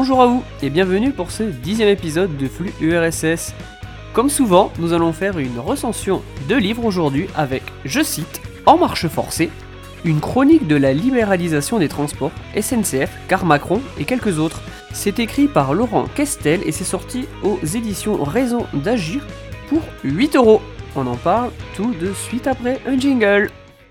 Bonjour à vous et bienvenue pour ce 10e épisode de Flux URSS. Comme souvent, nous allons faire une recension de livres aujourd'hui avec, je cite, En marche forcée, une chronique de la libéralisation des transports, SNCF, Car Macron et quelques autres. C'est écrit par Laurent Questel et c'est sorti aux éditions Raison d'Agir pour 8€. On en parle tout de suite après un jingle.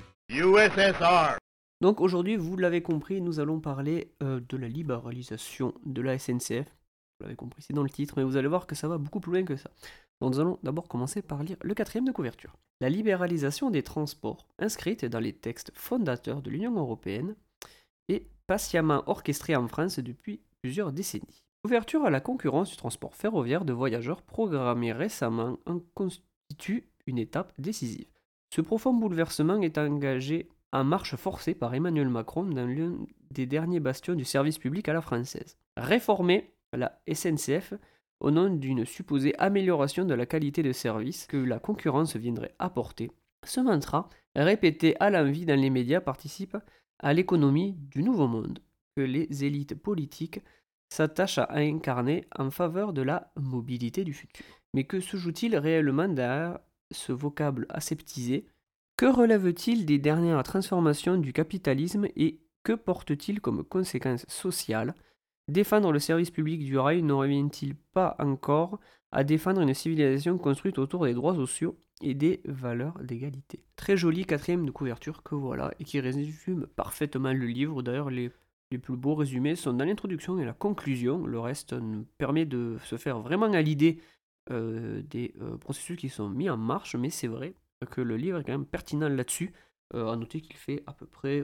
USSR. Donc aujourd'hui, vous l'avez compris, nous allons parler de la libéralisation de la SNCF. Vous l'avez compris, c'est dans le titre, mais vous allez voir que ça va beaucoup plus loin que ça. Donc nous allons d'abord commencer par lire le 4e de couverture. La libéralisation des transports, inscrite dans les textes fondateurs de l'Union européenne, est patiemment orchestrée en France depuis plusieurs décennies. L'ouverture à la concurrence du transport ferroviaire de voyageurs programmé récemment en constitue une étape décisive. Ce profond bouleversement est engagé en marche forcée par Emmanuel Macron dans l'un des derniers bastions du service public à la française. Réformer la SNCF au nom d'une supposée amélioration de la qualité de service que la concurrence viendrait apporter. Ce mantra, répété à l'envi dans les médias, participe à l'économie du nouveau monde que les élites politiques s'attachent à incarner en faveur de la mobilité du futur. Mais que se joue-t-il réellement derrière ce vocable aseptisé ? Que relève-t-il des dernières transformations du capitalisme et que porte-t-il comme conséquence sociale ? Défendre le service public du rail ne revient-il pas encore à défendre une civilisation construite autour des droits sociaux et des valeurs d'égalité ? Très joli 4e de couverture que voilà, et qui résume parfaitement le livre. D'ailleurs, les plus beaux résumés sont dans l'introduction et la conclusion. Le reste nous permet de se faire vraiment à l'idée des processus qui sont mis en marche, mais c'est vrai que le livre est quand même pertinent là-dessus. À noter qu'il fait à peu près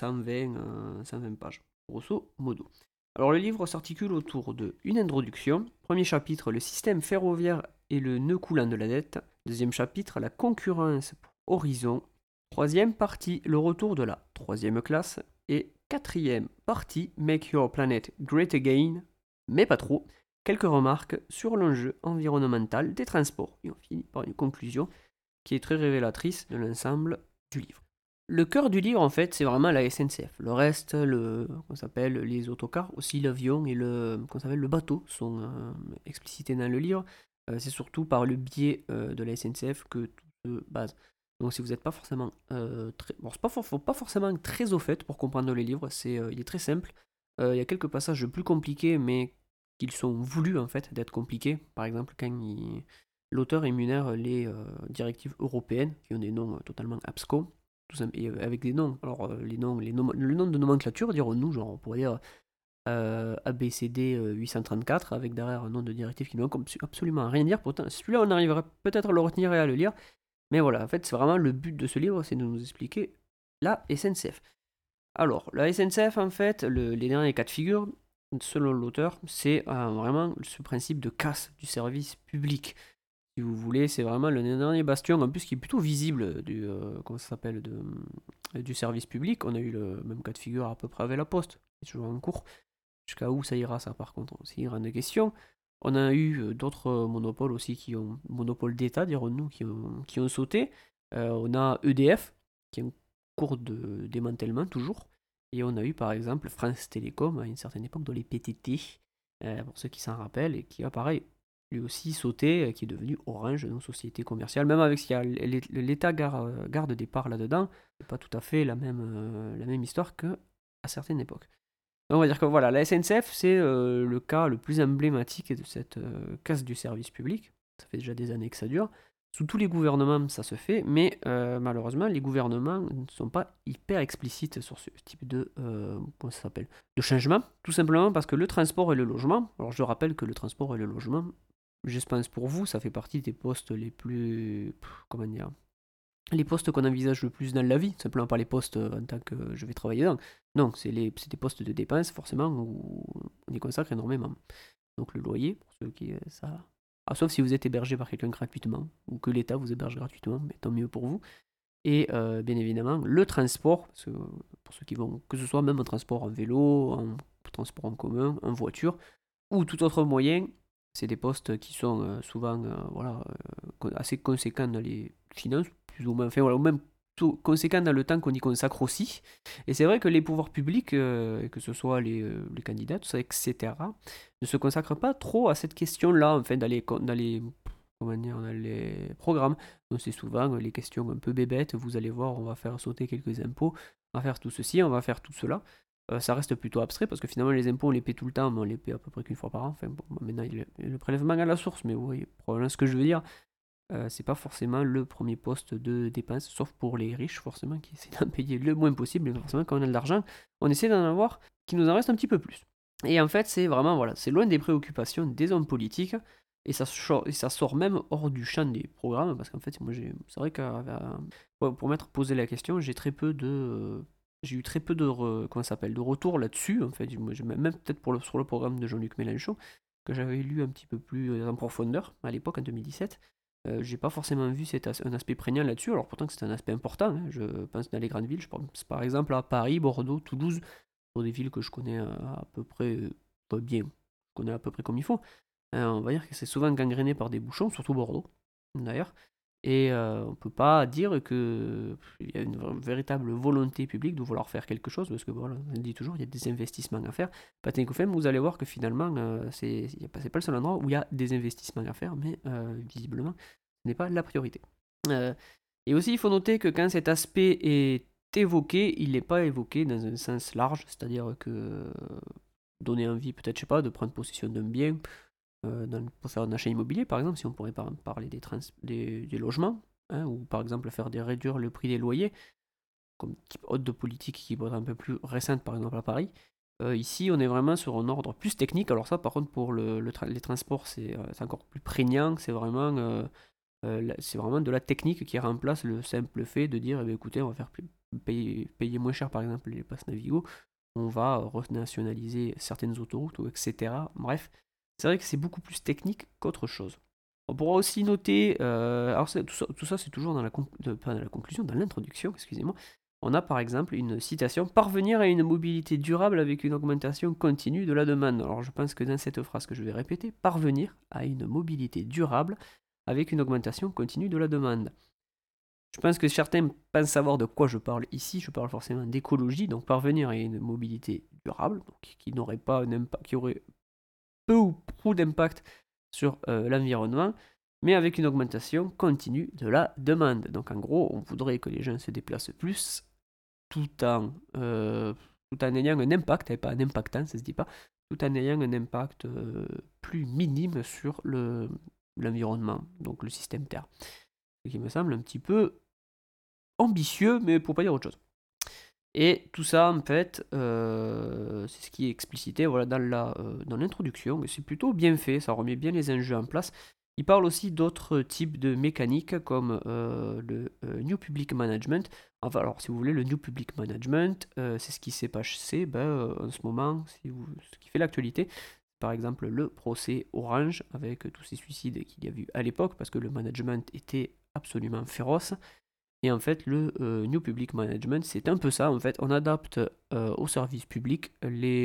120 pages, grosso modo. Alors le livre s'articule autour d'une introduction. Premier chapitre, le système ferroviaire et le nœud coulant de la dette. Deuxième chapitre, la concurrence pour Horizon. Troisième partie, le retour de la troisième classe. Et quatrième partie, Make Your Planet Great Again, mais pas trop. Quelques remarques sur l'enjeu environnemental des transports. Et on finit par une conclusion qui est très révélatrice de l'ensemble du livre. Le cœur du livre, en fait, c'est vraiment la SNCF. Le reste, les autocars, aussi l'avion et le bateau sont explicités dans le livre. C'est surtout par le biais de la SNCF que tout se base. Donc si vous n'êtes pas forcément pas forcément très au fait pour comprendre les livres, il est très simple. Il y a quelques passages plus compliqués, mais qu'ils sont voulus en fait d'être compliqués. Par exemple, quand l'auteur énumère les directives européennes qui ont des noms totalement abscons, et avec des noms. Alors le nom de nomenclature, dirons-nous, genre on pourrait dire ABCD 834 avec derrière un nom de directive qui ne veut absolument rien dire. Pourtant, celui-là on arriverait peut-être à le retenir et à le lire. Mais voilà, en fait, c'est vraiment le but de ce livre, c'est de nous expliquer la SNCF. Alors, la SNCF, en fait, les derniers cas de figure, selon l'auteur, c'est vraiment ce principe de casse du service public. Si vous voulez, c'est vraiment le dernier bastion, en plus qui est plutôt visible du service public. On a eu le même cas de figure à peu près avec la Poste, c'est toujours en cours. Jusqu'à où ça ira, ça par contre, c'est une grande question. On a eu d'autres monopoles aussi, monopole d'État, dirons-nous, qui ont sauté. On a EDF, qui est en cours de démantèlement toujours. Et on a eu par exemple France Télécom à une certaine époque dans les PTT, pour ceux qui s'en rappellent, et qui a pareil lui aussi sauté, qui est devenu Orange, une société commerciale. Même avec ce qu'il y a l'État garde des parts là-dedans, c'est pas tout à fait la même histoire qu'à certaines époques. Donc on va dire que voilà, la SNCF, c'est le cas le plus emblématique de cette casse du service public. Ça fait déjà des années que ça dure. Sous tous les gouvernements, ça se fait, mais malheureusement, les gouvernements ne sont pas hyper explicites sur ce type de changement. Tout simplement parce que le transport et le logement, alors je rappelle que le transport et le logement, je pense pour vous, ça fait partie des postes les plus... les postes qu'on envisage le plus dans la vie, simplement pas les postes en tant que je vais travailler dedans. Non, c'est des postes de dépenses, forcément, où on y consacre énormément. Donc le loyer, pour ceux qui... ça... sauf si vous êtes hébergé par quelqu'un gratuitement, ou que l'État vous héberge gratuitement, mais tant mieux pour vous. Et bien évidemment, le transport, parce que, pour ceux qui vont... que ce soit même un transport en vélo, en transport en commun, en voiture, ou tout autre moyen, c'est des postes qui sont souvent assez conséquents dans les finances, plus ou moins, ou même conséquent dans le temps qu'on y consacre aussi. Et c'est vrai que les pouvoirs publics, que ce soit les candidats, tout ça, etc., ne se consacrent pas trop à cette question-là, enfin, comment dire, dans les programmes. Donc c'est souvent les questions un peu bébêtes, vous allez voir, on va faire sauter quelques impôts, on va faire tout ceci, on va faire tout cela. Ça reste plutôt abstrait parce que finalement les impôts on les paie tout le temps, mais on les paie à peu près qu'une fois par an. Enfin bon, maintenant il y a le prélèvement à la source, mais vous voyez probablement ce que je veux dire. C'est pas forcément le premier poste de dépense, sauf pour les riches forcément qui essaient d'en payer le moins possible. Mais forcément quand on a de l'argent, on essaie d'en avoir qui nous en reste un petit peu plus. Et en fait c'est vraiment voilà, c'est loin des préoccupations des hommes politiques. Et ça sort même hors du champ des programmes, parce qu'en fait, moi, c'est vrai que pour m'être posé la question, j'ai eu très peu de, comment ça s'appelle, de retours là-dessus. En fait, même peut-être sur le programme de Jean-Luc Mélenchon, que j'avais lu un petit peu plus en profondeur à l'époque, en 2017. J'ai pas forcément vu un aspect prégnant là-dessus, alors pourtant que c'est un aspect important. Hein. Je pense dans les grandes villes, je pense par exemple à Paris, Bordeaux, Toulouse, pour des villes que je connais à peu près pas bien, je connais à peu près comme il faut. On va dire que c'est souvent gangréné par des bouchons, surtout Bordeaux, d'ailleurs. Et on peut pas dire qu'il y a une véritable volonté publique de vouloir faire quelque chose, parce que voilà, on dit toujours, il y a des investissements à faire. Patinkofen, vous allez voir que finalement, c'est pas le seul endroit où il y a des investissements à faire, mais visiblement, ce n'est pas la priorité. Et aussi, il faut noter que quand cet aspect est évoqué, il n'est pas évoqué dans un sens large, c'est-à-dire que donner envie, peut-être, je sais pas, de prendre possession d'un bien, pour faire un achat immobilier, par exemple, si on pourrait parler des logements, hein, ou par exemple réduire le prix des loyers, comme type haute de politique qui pourrait être un peu plus récente, par exemple à Paris. Ici, on est vraiment sur un ordre plus technique. Alors ça, par contre, pour les transports, c'est encore plus prégnant. C'est vraiment de la technique qui remplace le simple fait de dire, eh bien, écoutez, on va faire payer moins cher, par exemple, les passes Navigo. On va renationaliser certaines autoroutes, etc. Bref, c'est vrai que c'est beaucoup plus technique qu'autre chose. On pourra aussi noter, alors tout ça c'est toujours pas dans la conclusion, dans l'introduction, excusez-moi. On a par exemple une citation: parvenir à une mobilité durable avec une augmentation continue de la demande. Alors je pense que dans cette phrase que je vais répéter, parvenir à une mobilité durable avec une augmentation continue de la demande. Je pense que certains pensent savoir de quoi je parle ici. Je parle forcément d'écologie, donc parvenir à une mobilité durable, donc qui n'aurait pas un impact, qui aurait peu ou prou d'impact sur l'environnement, mais avec une augmentation continue de la demande. Donc en gros, on voudrait que les gens se déplacent plus tout en ayant un impact, et pas un impactant, ça se dit pas, tout en ayant un impact plus minime sur l'environnement, donc le système Terre. Ce qui me semble un petit peu ambitieux, mais pour pas dire autre chose. Et tout ça, en fait, c'est ce qui est explicité voilà, dans l'introduction, et c'est plutôt bien fait, ça remet bien les enjeux en place. Il parle aussi d'autres types de mécaniques, comme le New Public Management. Enfin, alors, si vous voulez, le New Public Management, c'est ce qui s'est passé en ce moment, ce qui fait l'actualité. Par exemple, le procès Orange, avec tous ces suicides qu'il y a eu à l'époque, parce que le management était absolument féroce. Et en fait, le New Public Management, c'est un peu ça. En fait, on adapte au service public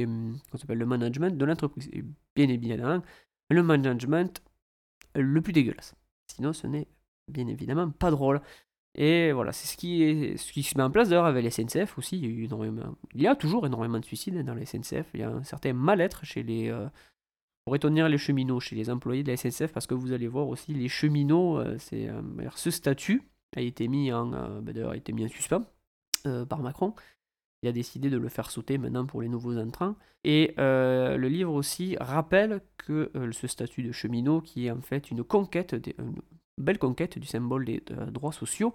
le management de l'entreprise. Et bien évidemment, le management le plus dégueulasse. Sinon, ce n'est bien évidemment pas drôle. Et voilà, c'est ce qui se met en place d'ailleurs avec la SNCF aussi. Il y a toujours énormément de suicides dans la SNCF. Il y a un certain mal-être chez pour étonner les cheminots, chez les employés de la SNCF, parce que vous allez voir aussi les cheminots, ce statut a été mis d'ailleurs, a été mis en suspens par Macron. Il a décidé de le faire sauter maintenant pour les nouveaux entrants. Et le livre aussi rappelle que ce statut de cheminot, qui est en fait une belle conquête du symbole des droits sociaux,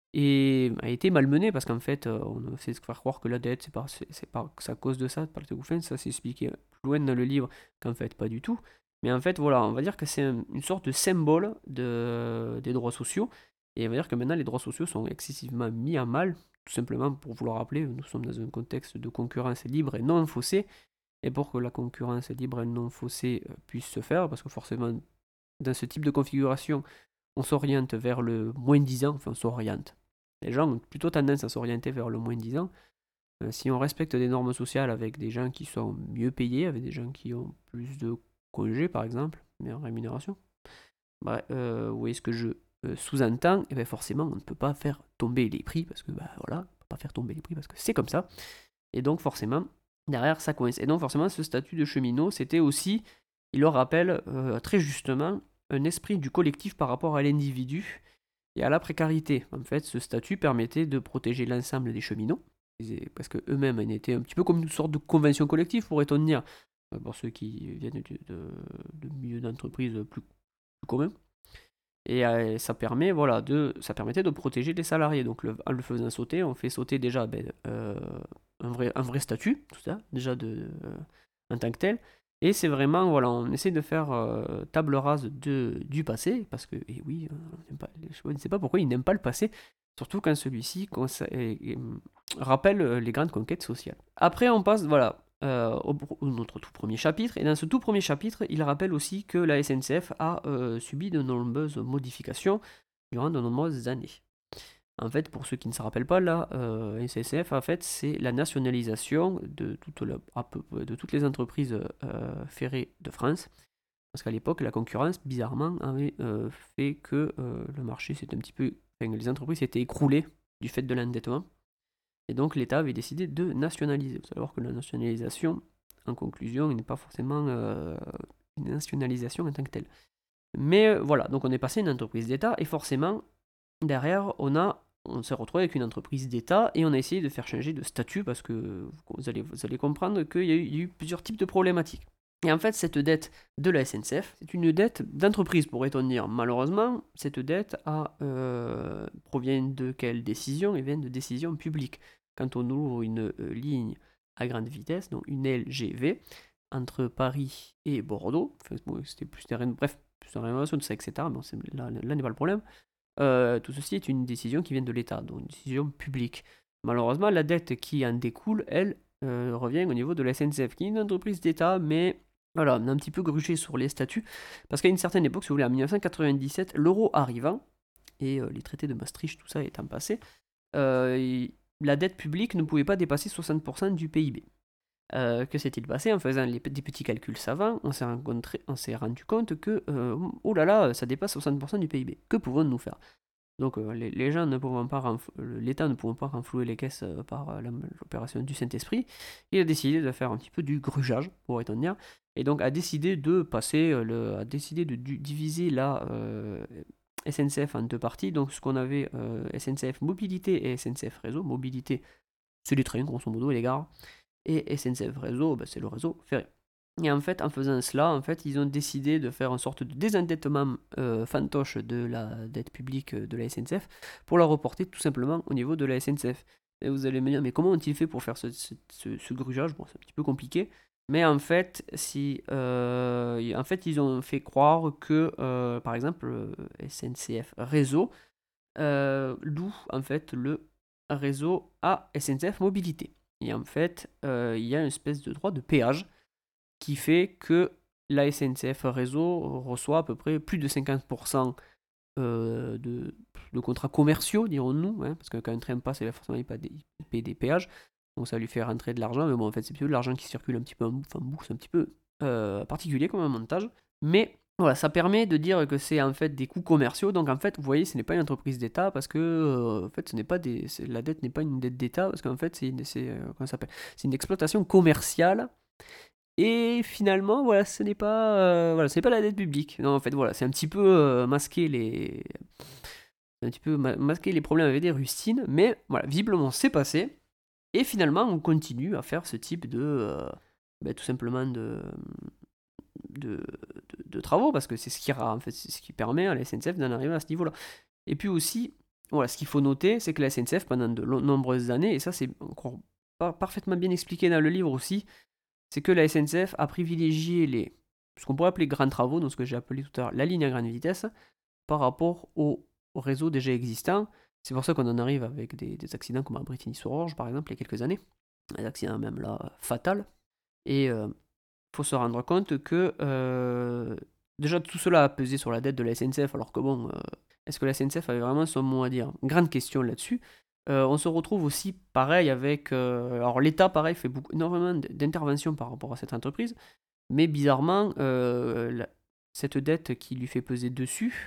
et a été malmené parce qu'en fait, on essaie de faire croire que la dette, c'est à cause de ça, par le Tegoufin, ça s'est expliqué plus loin dans le livre, qu'en fait, pas du tout. Mais en fait, voilà, on va dire que c'est une sorte de symbole des droits sociaux, et on va dire que maintenant, les droits sociaux sont excessivement mis à mal, tout simplement pour vous le rappeler, nous sommes dans un contexte de concurrence libre et non faussée, et pour que la concurrence libre et non faussée puisse se faire, parce que forcément, dans ce type de configuration, on s'oriente vers le moins 10 ans, enfin on s'oriente. Les gens ont plutôt tendance à s'orienter vers le moins 10 ans. Si on respecte des normes sociales avec des gens qui sont mieux payés, avec des gens qui ont plus de congés par exemple, meilleure rémunération, vous voyez ce que je sous-entend, et ben forcément, on ne peut pas faire tomber les prix, parce que, voilà, on peut pas faire tomber les prix, parce que c'est comme ça. Et donc, forcément, derrière, ça coince. Et donc, forcément, ce statut de cheminot, c'était aussi, il leur rappelle très justement, un esprit du collectif par rapport à l'individu et à la précarité. En fait, ce statut permettait de protéger l'ensemble des cheminots, parce qu'eux-mêmes étaient un petit peu comme une sorte de convention collective, pourrait-on dire, pour ceux qui viennent de milieux d'entreprise plus communs. Et ça permettait de protéger les salariés. Donc en le faisant sauter, on fait sauter déjà un vrai statut, tout ça, déjà en tant que tel. Et c'est vraiment, voilà, on essaie de faire table rase du passé, parce que, et oui, je ne sais pas pourquoi ils n'aiment pas le passé, surtout quand celui-ci rappelle les grandes conquêtes sociales. Après, on passe, voilà, notre tout premier chapitre, et dans ce tout premier chapitre, il rappelle aussi que la SNCF a subi de nombreuses modifications durant de nombreuses années. En fait, pour ceux qui ne se rappellent pas, la SNCF, en fait, c'est la nationalisation de toutes les entreprises ferrées de France. Parce qu'à l'époque, la concurrence, bizarrement, avait fait que le marché s'est un petit peu... Enfin, les entreprises s'étaient écroulées du fait de l'endettement. Et donc, l'État avait décidé de nationaliser. Vous savez voir que la nationalisation, en conclusion, n'est pas forcément une nationalisation en tant que telle. Mais voilà, donc on est passé à une entreprise d'État, et forcément, derrière, on s'est retrouvé avec une entreprise d'État, et on a essayé de faire changer de statut, parce que vous allez comprendre qu'il y a eu plusieurs types de problématiques. Et en fait, cette dette de la SNCF, c'est une dette d'entreprise, pourrait-on dire. Malheureusement, cette dette provient de quelle décision? Elle vient de décisions publiques. Quand on ouvre une ligne à grande vitesse, donc une LGV, entre Paris et Bordeaux, c'était plus une rénovation de ça, etc. Bon, là n'est pas le problème. Tout ceci est une décision qui vient de l'État, donc une décision publique. Malheureusement, la dette qui en découle, elle, revient au niveau de la SNCF, qui est une entreprise d'État, mais voilà, on a un petit peu gruché sur les statuts, parce qu'à une certaine époque, si vous voulez, en 1997, l'euro arrivant, et les traités de Maastricht, tout ça étant passé, la dette publique ne pouvait pas dépasser 60% du PIB. Que s'est-il passé? En faisant des petits calculs savants, on s'est rendu compte que, oh là là, ça dépasse 60% du PIB. Que pouvons-nous faire? Donc les gens ne pouvant pas l'État ne pouvant pas renflouer les caisses par l'opération du Saint-Esprit, il a décidé de faire un petit peu du grugeage, pourrait-on dire, et donc a décidé de diviser la SNCF en deux parties, donc ce qu'on avait SNCF Mobilité et SNCF Réseau. Mobilité, c'est les trains, grosso modo, et les gares, et SNCF Réseau, c'est le réseau ferré. Et en fait, en faisant cela, ils ont décidé de faire une sorte de désendettement fantoche de la dette publique de la SNCF pour la reporter tout simplement au niveau de la SNCF. Et vous allez me dire, mais comment ont-ils fait pour faire ce grugeage? Bon, c'est un petit peu compliqué. Mais en fait, ils ont fait croire que, par exemple, SNCF Réseau loue en fait le réseau à SNCF Mobilité. Et en fait, il y a une espèce de droit de péage qui fait que la SNCF Réseau reçoit à peu près plus de 50% de contrats commerciaux, dirons-nous, hein, parce que quand un train passe, forcément il paye des péages, donc ça lui fait rentrer de l'argent, mais bon, en fait, c'est plutôt de l'argent qui circule un petit peu en bourse, c'est un petit peu particulier comme un montage, mais voilà, ça permet de dire que c'est en fait des coûts commerciaux, donc en fait, vous voyez, ce n'est pas une entreprise d'État, parce que en fait, la dette n'est pas une dette d'État, parce qu'en fait, c'est une exploitation commerciale. Et finalement, voilà, ce n'est pas la dette publique. Non, en fait, voilà, c'est un petit peu masquer les problèmes avec des rustines, mais voilà, visiblement, c'est passé. Et finalement, on continue à faire ce type tout simplement de travaux, parce que c'est ce qui permet à la SNCF d'en arriver à ce niveau-là. Et puis aussi, voilà, ce qu'il faut noter, c'est que la SNCF, pendant de nombreuses années, et ça c'est encore pas parfaitement bien expliqué dans le livre aussi, c'est que la SNCF a privilégié ce qu'on pourrait appeler grands travaux, donc ce que j'ai appelé tout à l'heure la ligne à grande vitesse, par rapport au réseau déjà existant. C'est pour ça qu'on en arrive avec des accidents comme à Brétigny-sur-Orge, par exemple, il y a quelques années. Des accidents même là fatals. Et faut se rendre compte que déjà tout cela a pesé sur la dette de la SNCF, alors que bon, est-ce que la SNCF avait vraiment son mot à dire? Grande question là-dessus. On se retrouve aussi pareil avec... alors l'État, pareil, fait énormément d'interventions par rapport à cette entreprise, mais bizarrement, cette dette qui lui fait peser dessus,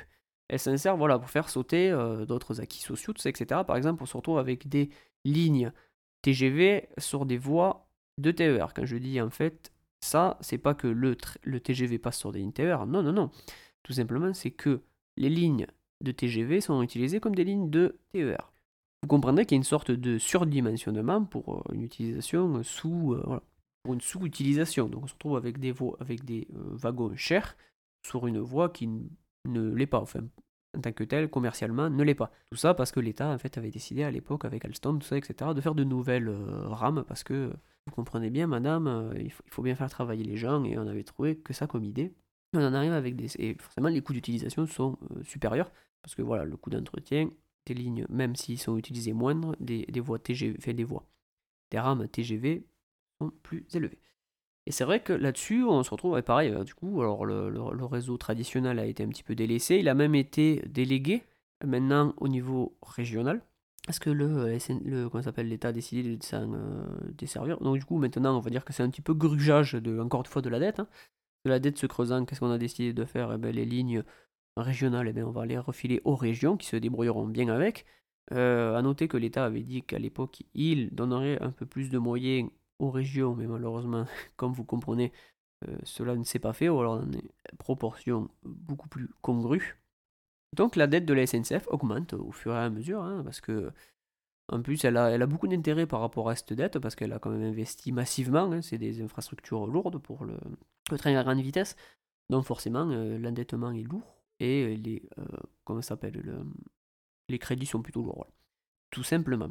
elles s'en servent voilà, pour faire sauter d'autres acquis sociaux, tout ça, etc. Par exemple, on se retrouve avec des lignes TGV sur des voies de TER. Quand je dis en fait ça, c'est pas que le TGV passe sur des lignes TER, non, non, non. Tout simplement, c'est que les lignes de TGV sont utilisées comme des lignes de TER. Vous comprendrez qu'il y a une sorte de surdimensionnement pour une utilisation voilà, pour une sous-utilisation. Donc on se retrouve avec des wagons chers sur une voie qui ne l'est pas, enfin en tant que telle, commercialement, ne l'est pas. Tout ça parce que l'État en fait avait décidé à l'époque avec Alstom, tout ça, etc., de faire de nouvelles rames parce que vous comprenez bien, madame, il faut bien faire travailler les gens et on avait trouvé que ça comme idée. On en arrive avec des. Et forcément, les coûts d'utilisation sont supérieurs parce que voilà, le coût d'entretien des lignes, même s'ils sont utilisés moindres, des voies TGV, enfin des rames TGV sont plus élevés. Et c'est vrai que là-dessus, on se retrouve, et pareil, du coup, alors le réseau traditionnel a été un petit peu délaissé, il a même été délégué maintenant au niveau régional, parce que comment ça s'appelle, l'État a décidé de s'en desservir. Donc du coup, maintenant, on va dire que c'est un petit peu grugeage, encore une fois, de la dette. Hein. De la dette se creusant, qu'est-ce qu'on a décidé de faire? Eh ben, les lignes régionales, eh ben, on va les refiler aux régions, qui se débrouilleront bien avec. À noter que l'État avait dit qu'à l'époque, il donnerait un peu plus de moyens aux régions, mais malheureusement, comme vous comprenez, cela ne s'est pas fait, ou alors dans des proportions beaucoup plus congrues. Donc la dette de la SNCF augmente au fur et à mesure, hein, parce que en plus elle a beaucoup d'intérêt par rapport à cette dette, parce qu'elle a quand même investi massivement, hein, c'est des infrastructures lourdes pour le train à grande vitesse, donc forcément l'endettement est lourd, et comment ça s'appelle, les crédits sont plutôt lourds, voilà. Tout simplement.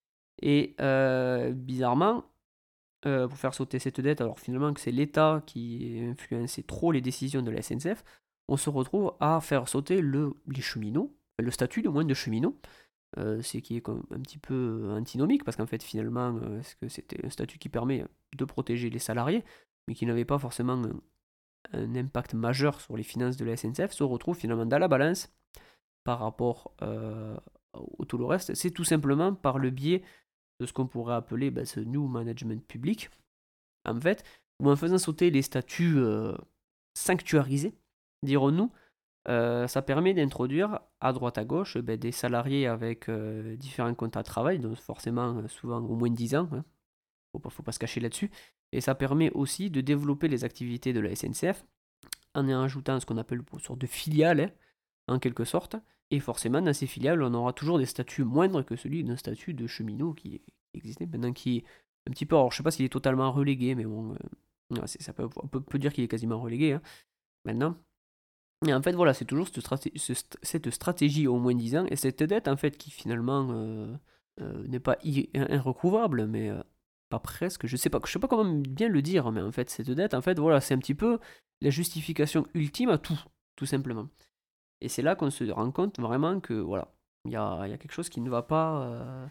Et bizarrement, pour faire sauter cette dette, alors finalement que c'est l'État qui influençait trop les décisions de la SNCF, on se retrouve à faire sauter les cheminots, le statut de moins de cheminots, c'est qui est comme un petit peu antinomique, parce qu'en fait finalement, que c'était un statut qui permet de protéger les salariés, mais qui n'avait pas forcément un impact majeur sur les finances de la SNCF, se retrouve finalement dans la balance par rapport au tout le reste. C'est tout simplement par le biais de ce qu'on pourrait appeler ce new management public, en fait, ou en faisant sauter les statuts sanctuarisés, dirons-nous, ça permet d'introduire à droite à gauche des salariés avec différents contrats de travail, donc forcément souvent au moins 10 ans, hein, faut pas se cacher là-dessus, et ça permet aussi de développer les activités de la SNCF en y rajoutant ce qu'on appelle une sorte de filiale, hein, en quelque sorte, et forcément dans ces filiales on aura toujours des statuts moindres que celui d'un statut de cheminot qui existait maintenant, qui est un petit peu, alors je sais pas s'il est totalement relégué, mais bon, on peut dire qu'il est quasiment relégué hein, maintenant. Et en fait, voilà, c'est toujours cette stratégie au moins 10 ans, et cette dette, en fait, qui finalement n'est pas irrecouvrable, mais pas presque, je sais pas comment bien le dire, mais en fait, cette dette, en fait, voilà, c'est un petit peu la justification ultime à tout simplement. Et c'est là qu'on se rend compte vraiment que, voilà, il y a quelque chose qui ne va pas,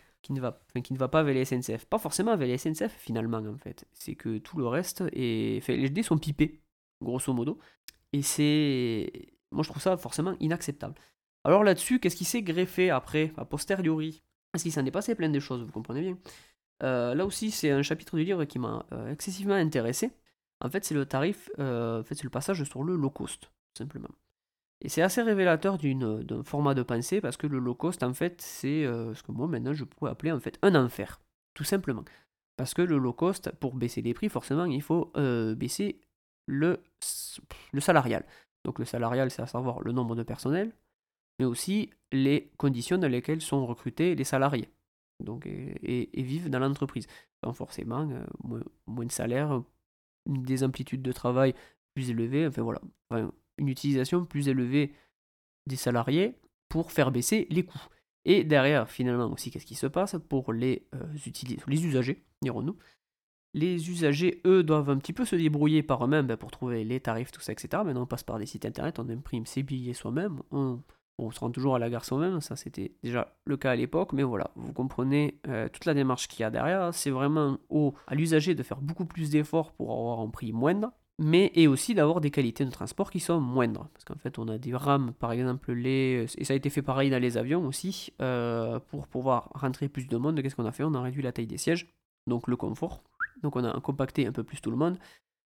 qui ne va pas avec les SNCF. Pas forcément avec les SNCF, finalement, en fait. C'est que tout le reste est, enfin, les dés sont pipés, grosso modo. Et c'est. Moi, je trouve ça forcément inacceptable. Alors là-dessus, qu'est-ce qui s'est greffé après, a posteriori? Parce qu'il s'en est passé plein de choses, vous comprenez bien. Là aussi, c'est un chapitre du livre qui m'a excessivement intéressé. En fait, c'est le tarif, en fait, c'est le passage sur le low cost, tout simplement. Et c'est assez révélateur d'un format de pensée, parce que le low cost, en fait, c'est ce que moi, maintenant, je pourrais appeler en fait un enfer, tout simplement. Parce que le low cost, pour baisser les prix, forcément, il faut baisser le salarial. Donc le salarial, c'est à savoir le nombre de personnel, mais aussi les conditions dans lesquelles sont recrutés les salariés. Donc, et vivent dans l'entreprise. Donc forcément, moins de salaire, des amplitudes de travail plus élevées, enfin voilà, enfin, une utilisation plus élevée des salariés pour faire baisser les coûts. Et derrière, finalement aussi, qu'est-ce qui se passe pour les usagers, dirons-nous? Les usagers, eux, doivent un petit peu se débrouiller par eux-mêmes pour trouver les tarifs, tout ça, etc. Maintenant, on passe par des sites internet, on imprime ses billets soi-même, on se rend toujours à la gare soi-même, ça c'était déjà le cas à l'époque, mais voilà, vous comprenez toute la démarche qu'il y a derrière, c'est vraiment à l'usager de faire beaucoup plus d'efforts pour avoir un prix moindre, mais et aussi d'avoir des qualités de transport qui sont moindres. Parce qu'en fait, on a des rames, par exemple, et ça a été fait pareil dans les avions aussi, pour pouvoir rentrer plus de monde, qu'est-ce qu'on a fait? On a réduit la taille des sièges, donc le confort. Donc on a compacté un peu plus tout le monde.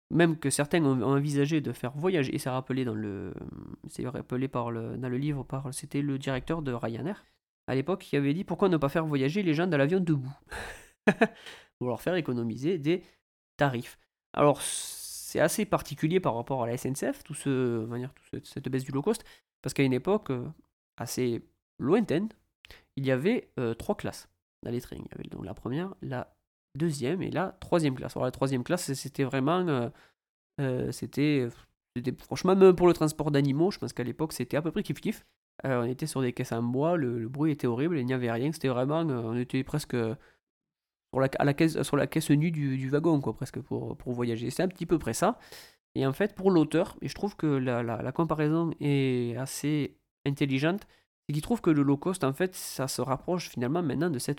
même que certains ont envisagé de faire voyager, et c'est rappelé dans le livre c'était le directeur de Ryanair, à l'époque, qui avait dit pourquoi ne pas faire voyager les gens dans l'avion debout pour leur faire économiser des tarifs. Alors, c'est assez particulier par rapport à la SNCF, cette baisse du low cost, parce qu'à une époque assez lointaine, il y avait 3 classes dans les trains. Il y avait donc la première, la deuxième et la troisième classe. Alors la troisième classe, c'était vraiment... c'était franchement, même pour le transport d'animaux, je pense qu'à l'époque, c'était à peu près kiff-kiff. On était sur des caisses en bois, le bruit était horrible, il n'y avait rien, c'était vraiment... on était presque sur la caisse nue du wagon, quoi, presque, pour voyager. C'est un petit peu près ça. Et en fait, pour l'auteur, et je trouve que la comparaison est assez intelligente, c'est qu'il trouve que le low cost, en fait, ça se rapproche finalement maintenant de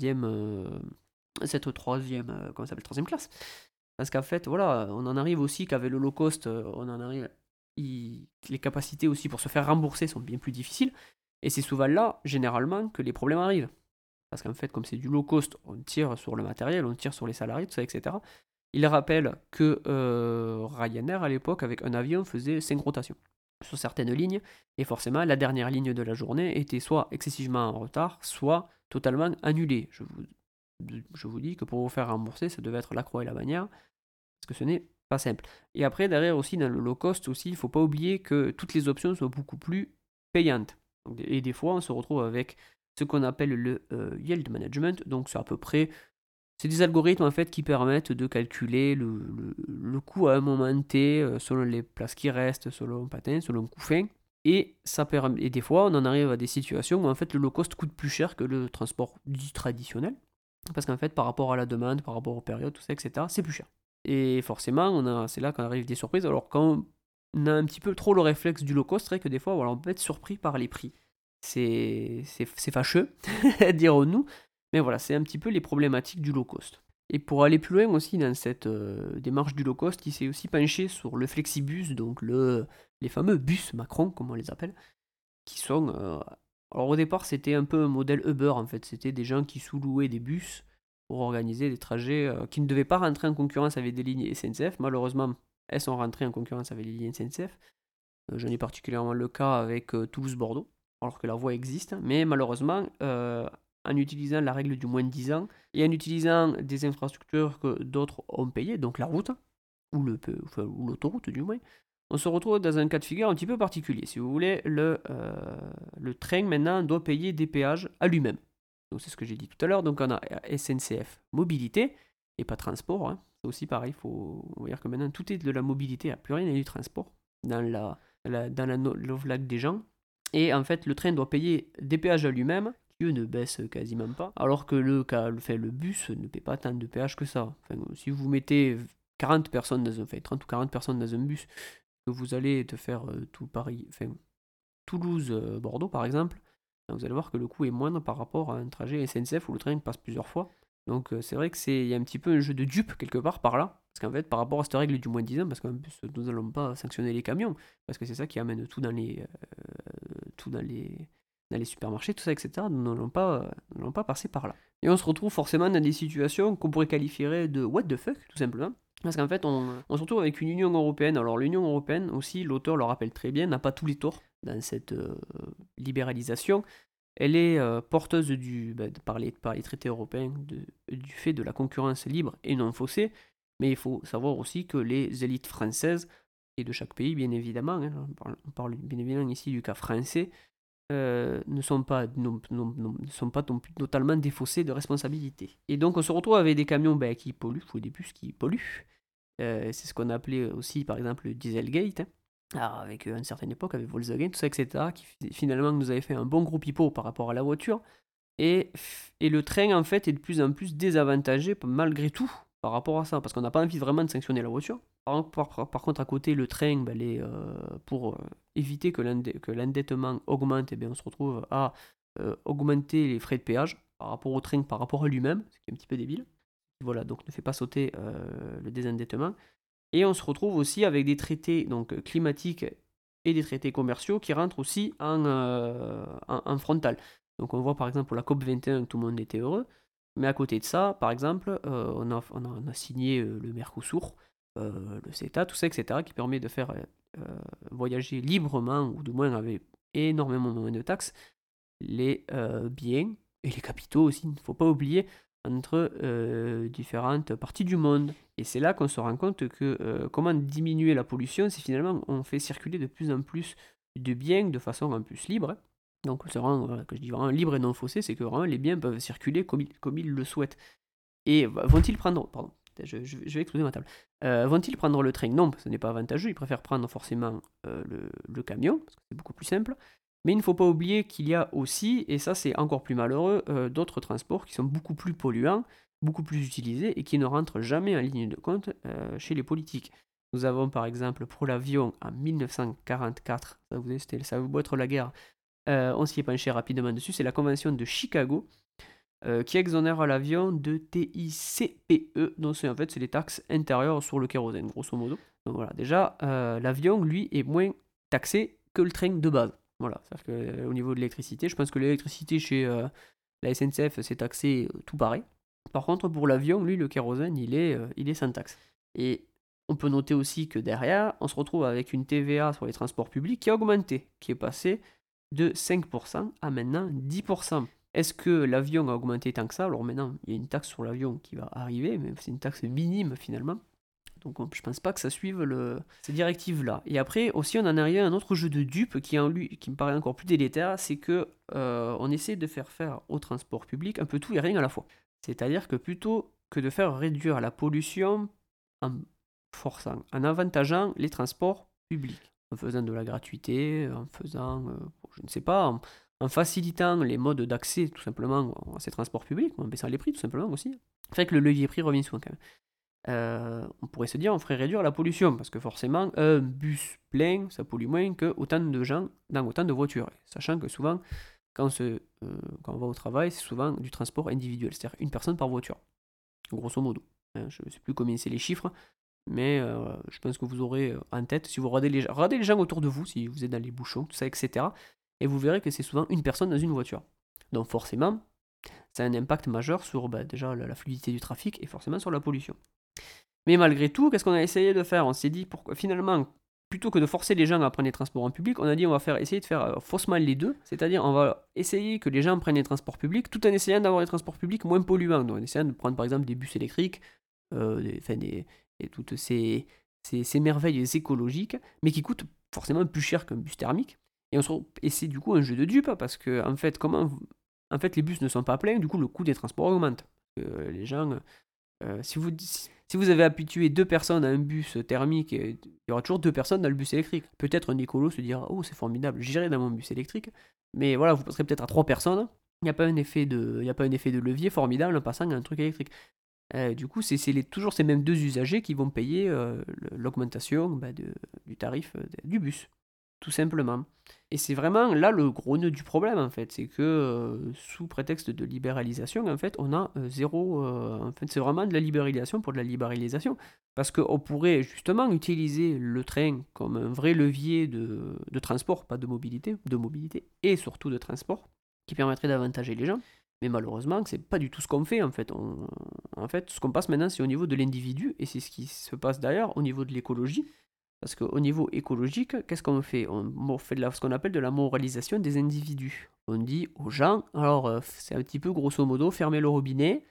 comment ça s'appelle, troisième classe. Parce qu'en fait, voilà, on en arrive aussi qu'avec le low cost, les capacités aussi pour se faire rembourser sont bien plus difficiles. Et c'est souvent là, généralement, que les problèmes arrivent. Parce qu'en fait, comme c'est du low cost, on tire sur le matériel, on tire sur les salariés, tout ça, etc. Il rappelle que Ryanair, à l'époque, avec un avion, faisait 5 rotations sur certaines lignes, et forcément, la dernière ligne de la journée était soit excessivement en retard, soit totalement annulée. Je vous dis que pour vous faire rembourser, ça devait être la croix et la bannière, parce que ce n'est pas simple. Et après, derrière aussi, dans le low cost aussi, il ne faut pas oublier que toutes les options sont beaucoup plus payantes. Et des fois, on se retrouve avec ce qu'on appelle le yield management, donc c'est à peu près... C'est des algorithmes en fait qui permettent de calculer le coût à un moment T, selon les places qui restent, selon patin, selon Couffin. Et des fois, on en arrive à des situations où en fait le low cost coûte plus cher que le transport dit traditionnel. Parce qu'en fait, par rapport à la demande, par rapport aux périodes, tout ça, etc., c'est plus cher. Et forcément, c'est là qu'on arrive des surprises. Alors quand on a un petit peu trop le réflexe du low cost, c'est vrai que des fois, voilà, on peut être surpris par les prix. C'est fâcheux, dirons-nous. Mais voilà, c'est un petit peu les problématiques du low cost. Et pour aller plus loin aussi dans cette démarche du low cost, il s'est aussi penché sur le flexibus, donc les fameux bus Macron, comme on les appelle, qui sont... alors au départ, c'était un peu un modèle Uber, en fait. C'était des gens qui sous-louaient des bus pour organiser des trajets qui ne devaient pas rentrer en concurrence avec des lignes SNCF. Malheureusement, elles sont rentrées en concurrence avec les lignes SNCF. J'en ai particulièrement le cas avec Toulouse-Bordeaux, alors que la voie existe. Mais malheureusement, en utilisant la règle du moins de 10 ans et en utilisant des infrastructures que d'autres ont payées, donc la route, ou l'autoroute du moins, on se retrouve dans un cas de figure un petit peu particulier. Si vous voulez, le train maintenant doit payer des péages à lui-même. Donc c'est ce que j'ai dit tout à l'heure. Donc on a SNCF Mobilité et pas transport. Hein. C'est aussi pareil, on va dire que maintenant tout est de la mobilité, plus rien n'est du transport dans la novelague des gens. Et en fait, le train doit payer des péages à lui-même, qui eux ne baissent quasiment pas, alors que le bus ne paie pas tant de péages que ça. Enfin, si vous mettez 30 ou 40 personnes dans un bus, que vous allez te faire tout Paris, enfin, Toulouse-Bordeaux par exemple, vous allez voir que le coût est moindre par rapport à un trajet SNCF où le train passe plusieurs fois. Donc c'est vrai qu'il y a un petit peu un jeu de dupe quelque part par là. Parce qu'en fait, par rapport à cette règle du moins de 10 ans, parce qu'en plus, nous n'allons pas sanctionner les camions, parce que c'est ça qui amène tout dans les supermarchés, tout ça, etc. Nous n'allons pas passer par là. Et on se retrouve forcément dans des situations qu'on pourrait qualifier de what the fuck, tout simplement. Parce qu'en fait, on se retrouve avec une Union Européenne. Alors l'Union Européenne aussi, l'auteur le rappelle très bien, n'a pas tous les torts dans cette libéralisation. Elle est porteuse par les traités européens du fait de la concurrence libre et non faussée. Mais il faut savoir aussi que les élites françaises, et de chaque pays bien évidemment, hein, on parle bien évidemment ici du cas français, ne sont pas totalement défaussés de responsabilité. Et donc on se retrouve avec des camions qui polluent, ou des bus qui polluent. C'est ce qu'on appelait aussi par exemple le Dieselgate, hein. Alors, avec une certaine époque, avec Volkswagen, tout ça, etc., qui finalement nous avait fait un bon gros pipeau par rapport à la voiture. Et le train, en fait, est de plus en plus désavantagé, malgré tout, par rapport à ça, parce qu'on n'a pas envie vraiment de sanctionner la voiture. Par contre, à côté, le train, pour éviter que l'endettement augmente, on se retrouve à augmenter les frais de péage par rapport au train, par rapport à lui-même, ce qui est un petit peu débile. Voilà, donc ne fait pas sauter le désendettement. Et on se retrouve aussi avec des traités donc, climatiques et des traités commerciaux qui rentrent aussi en frontal. Donc on voit par exemple pour la COP21, tout le monde était heureux. Mais à côté de ça, par exemple, on a signé le Mercosur, le CETA, tout ça, etc., qui permet de faire voyager librement, ou du moins avec énormément moins de taxes, les biens et les capitaux aussi, il ne faut pas oublier, entre différentes parties du monde. Et c'est là qu'on se rend compte que comment diminuer la pollution, c'est finalement on fait circuler de plus en plus de biens de façon en plus libre. Donc c'est vraiment, voilà, que je dis vraiment libre et non faussé, c'est que vraiment les biens peuvent circuler comme ils le souhaitent. Et vont-ils prendre, pardon, je vais exploser ma table, vont-ils prendre le train? Non, ce n'est pas avantageux, ils préfèrent prendre forcément le camion, parce que c'est beaucoup plus simple. Mais il ne faut pas oublier qu'il y a aussi, et ça c'est encore plus malheureux, d'autres transports qui sont beaucoup plus polluants, beaucoup plus utilisés et qui ne rentrent jamais en ligne de compte chez les politiques. Nous avons par exemple pour l'avion en 1944, ça vous doit être la guerre, on s'y est penché rapidement dessus, c'est la convention de Chicago qui exonère l'avion de TICPE, donc en fait c'est les taxes intérieures sur le kérosène, grosso modo. Donc voilà, déjà l'avion lui est moins taxé que le train de base. Voilà, c'est-à-dire qu'au niveau de l'électricité, je pense que l'électricité chez la SNCF c'est taxé tout pareil. Par contre pour l'avion, lui le kérosène il est sans taxe. Et on peut noter aussi que derrière, on se retrouve avec une TVA sur les transports publics qui a augmenté, qui est passée de 5% à maintenant 10%. Est-ce que l'avion a augmenté tant que ça? Alors maintenant, il y a une taxe sur l'avion qui va arriver, mais c'est une taxe minime finalement. Donc je pense pas que ça suive ces directives-là. Et après, aussi, on en arrive à un autre jeu de dupes qui me paraît encore plus délétère, c'est que on essaie de faire au transport public un peu tout et rien à la fois. C'est-à-dire que plutôt que de faire réduire la pollution en forçant, en avantageant les transports publics, en faisant de la gratuité, en faisant, je ne sais pas, en facilitant les modes d'accès tout simplement à ces transports publics, en baissant les prix tout simplement aussi. Fait que le levier prix revient souvent quand même. On pourrait se dire on ferait réduire la pollution, parce que forcément un bus plein ça pollue moins que autant de gens dans autant de voitures. Sachant que souvent quand on va au travail c'est souvent du transport individuel, c'est-à-dire une personne par voiture, grosso modo. Je ne sais plus combien c'est les chiffres, mais je pense que vous aurez en tête, si vous regardez les gens autour de vous, si vous êtes dans les bouchons, tout ça, etc. Et vous verrez que c'est souvent une personne dans une voiture. Donc forcément, ça a un impact majeur sur déjà la fluidité du trafic et forcément sur la pollution. Mais malgré tout, qu'est-ce qu'on a essayé de faire? On s'est dit, finalement, plutôt que de forcer les gens à prendre les transports en public, on a dit on va essayer de faire faussement les deux, c'est-à-dire on va essayer que les gens prennent les transports publics tout en essayant d'avoir des transports publics moins polluants. Donc en essayant de prendre par exemple des bus électriques, et toutes ces merveilles écologiques, mais qui coûtent forcément plus cher qu'un bus thermique. Et c'est du coup un jeu de dupes, parce que en fait, les bus ne sont pas pleins, du coup le coût des transports augmente. Les gens, si vous avez habitué deux personnes à un bus thermique, il y aura toujours deux personnes dans le bus électrique. Peut-être un écolo se dira oh c'est formidable, j'irai dans mon bus électrique, mais voilà, vous passerez peut-être à trois personnes. Il n'y a pas un effet de levier formidable en passant à un truc électrique. Du coup, c'est toujours ces mêmes deux usagers qui vont payer l'augmentation du tarif du bus, tout simplement. Et c'est vraiment là le gros nœud du problème, en fait. C'est que sous prétexte de libéralisation, en fait, on a zéro. En fait, c'est vraiment de la libéralisation pour de la libéralisation. Parce qu'on pourrait justement utiliser le train comme un vrai levier de transport, pas de mobilité et surtout de transport, qui permettrait d'avantager les gens. Mais malheureusement, c'est pas du tout ce qu'on fait en fait. En fait, ce qu'on passe maintenant, c'est au niveau de l'individu, et c'est ce qui se passe d'ailleurs au niveau de l'écologie. Parce qu'au niveau écologique, qu'est-ce qu'on fait? On fait ce qu'on appelle de la moralisation des individus. On dit aux gens, alors c'est un petit peu grosso modo, fermez le robinet,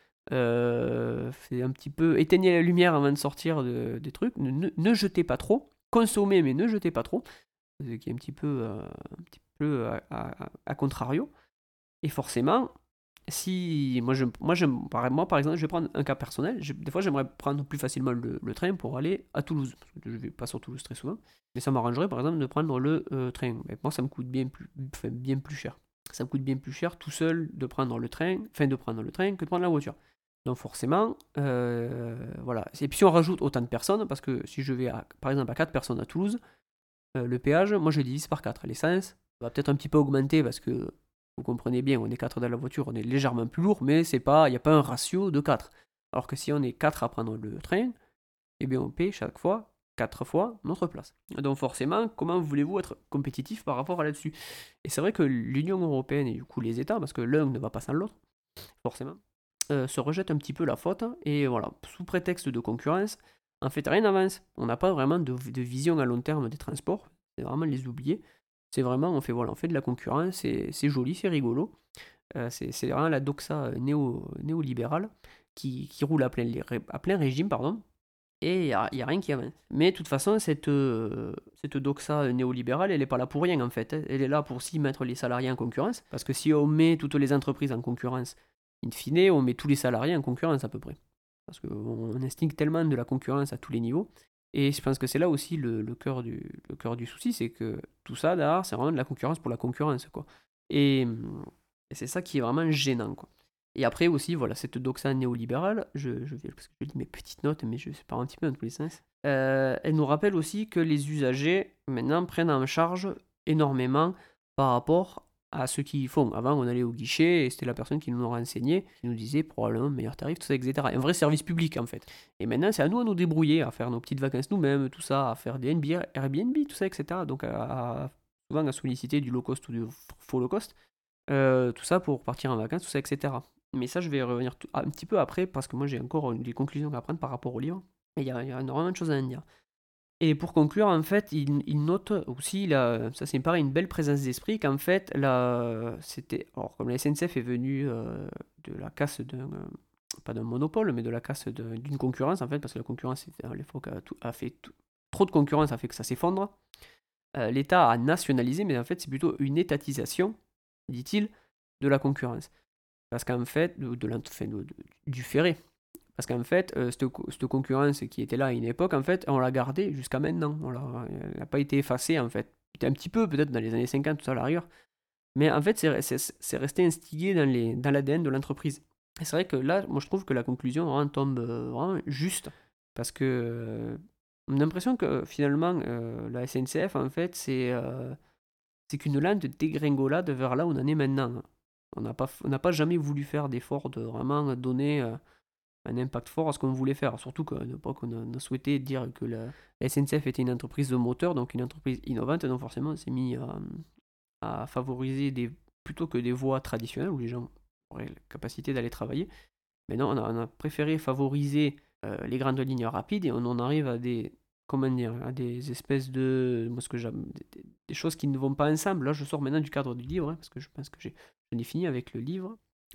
c'est un petit peu, éteignez la lumière avant de sortir des trucs, ne jetez pas trop, consommez mais ne jetez pas trop, ce qui est un petit peu à contrario. Et forcément, si moi par exemple, je vais prendre un cas personnel. Des fois, j'aimerais prendre plus facilement le train pour aller à Toulouse, parce que je vais pas sur Toulouse très souvent. Mais ça m'arrangerait par exemple de prendre le train. Mais moi, ça me coûte bien plus cher. Ça me coûte bien plus cher tout seul de prendre le train, que de prendre la voiture. Donc forcément, voilà. Et puis si on rajoute autant de personnes, parce que si je vais par exemple à 4 personnes à Toulouse, le péage, moi je divise par 4. L'essence va peut-être un petit peu augmenter parce que vous comprenez bien, on est 4 dans la voiture, on est légèrement plus lourd, mais il n'y a pas un ratio de 4. Alors que si on est 4 à prendre le train, eh bien on paie chaque fois 4 fois notre place. Donc forcément, comment voulez-vous être compétitif par rapport à là-dessus? Et c'est vrai que l'Union Européenne et du coup les États, parce que l'un ne va pas sans l'autre, forcément, se rejettent un petit peu la faute, et voilà, sous prétexte de concurrence, En fait, rien n'avance. On n'a pas vraiment de vision à long terme des transports. C'est vraiment les oublier. C'est vraiment, on fait de la concurrence, c'est joli, c'est rigolo. C'est vraiment la doxa néolibérale qui roule à plein régime, pardon, et il y a rien qui avance. Mais de toute façon, cette doxa néolibérale, elle n'est pas là pour rien en fait, hein. Elle est là pour aussi mettre les salariés en concurrence, parce que si on met toutes les entreprises en concurrence, in fine, on met tous les salariés en concurrence à peu près. Parce qu'on instigue tellement de la concurrence à tous les niveaux. Et je pense que c'est là aussi le cœur du souci, c'est que tout ça, derrière, c'est vraiment de la concurrence pour la concurrence, quoi. Et, et c'est ça qui est vraiment gênant, quoi. Et après aussi, voilà, cette doxa néolibérale, parce que je lis mes petites notes, mais je pars un petit peu dans tous les sens. Elle nous rappelle aussi que les usagers, maintenant, prennent en charge énormément par rapport à ce qu'ils font. Avant, on allait au guichet et c'était la personne qui nous renseignait, qui nous disait probablement meilleur tarif, tout ça, etc. Un vrai service public, en fait. Et maintenant, c'est à nous débrouiller, à faire nos petites vacances nous-mêmes, tout ça, à faire des Airbnb, tout ça, etc. Donc, souvent à solliciter du low cost ou du faux low cost. Tout ça pour partir en vacances, tout ça, etc. Mais ça, je vais y revenir un petit peu après, parce que moi, j'ai encore des conclusions à prendre par rapport au livre. Et il y a énormément de choses à en dire. Et pour conclure, en fait, il note aussi, ça c'est pareil, une belle présence d'esprit, qu'en fait, c'était, alors comme la SNCF est venue de la casse pas d'un monopole, mais de la casse d'une concurrence, en fait, parce que la concurrence, à l'époque, a fait trop de concurrence, a fait que ça s'effondre. L'État a nationalisé, mais en fait, c'est plutôt une étatisation, dit-il, de la concurrence. Parce qu'en fait, du ferré. Parce qu'en fait, cette concurrence qui était là à une époque, en fait, on l'a gardée jusqu'à maintenant. Elle n'a pas été effacée, en fait. Un petit peu, peut-être dans les années 50, tout ça à l'arrière. Mais en fait, c'est resté instigé dans l'ADN de l'entreprise. Et c'est vrai que là, moi, je trouve que la conclusion vraiment tombe vraiment juste. Parce que on a l'impression que finalement, la SNCF, en fait, c'est qu'une lente dégringolade vers là où on en est maintenant. On n'a pas jamais voulu faire d'effort de vraiment donner un impact fort à ce qu'on voulait faire. Surtout qu'à l'époque, on a souhaité dire que la SNCF était une entreprise de moteur, donc une entreprise innovante, donc forcément, on s'est mis à favoriser plutôt que des voies traditionnelles où les gens auraient la capacité d'aller travailler. Mais non, on a préféré favoriser les grandes lignes rapides et on en arrive à à des espèces moi, ce que des choses qui ne vont pas ensemble. Là, je sors maintenant du cadre du livre, hein, parce que je pense que je n'ai fini avec le livre.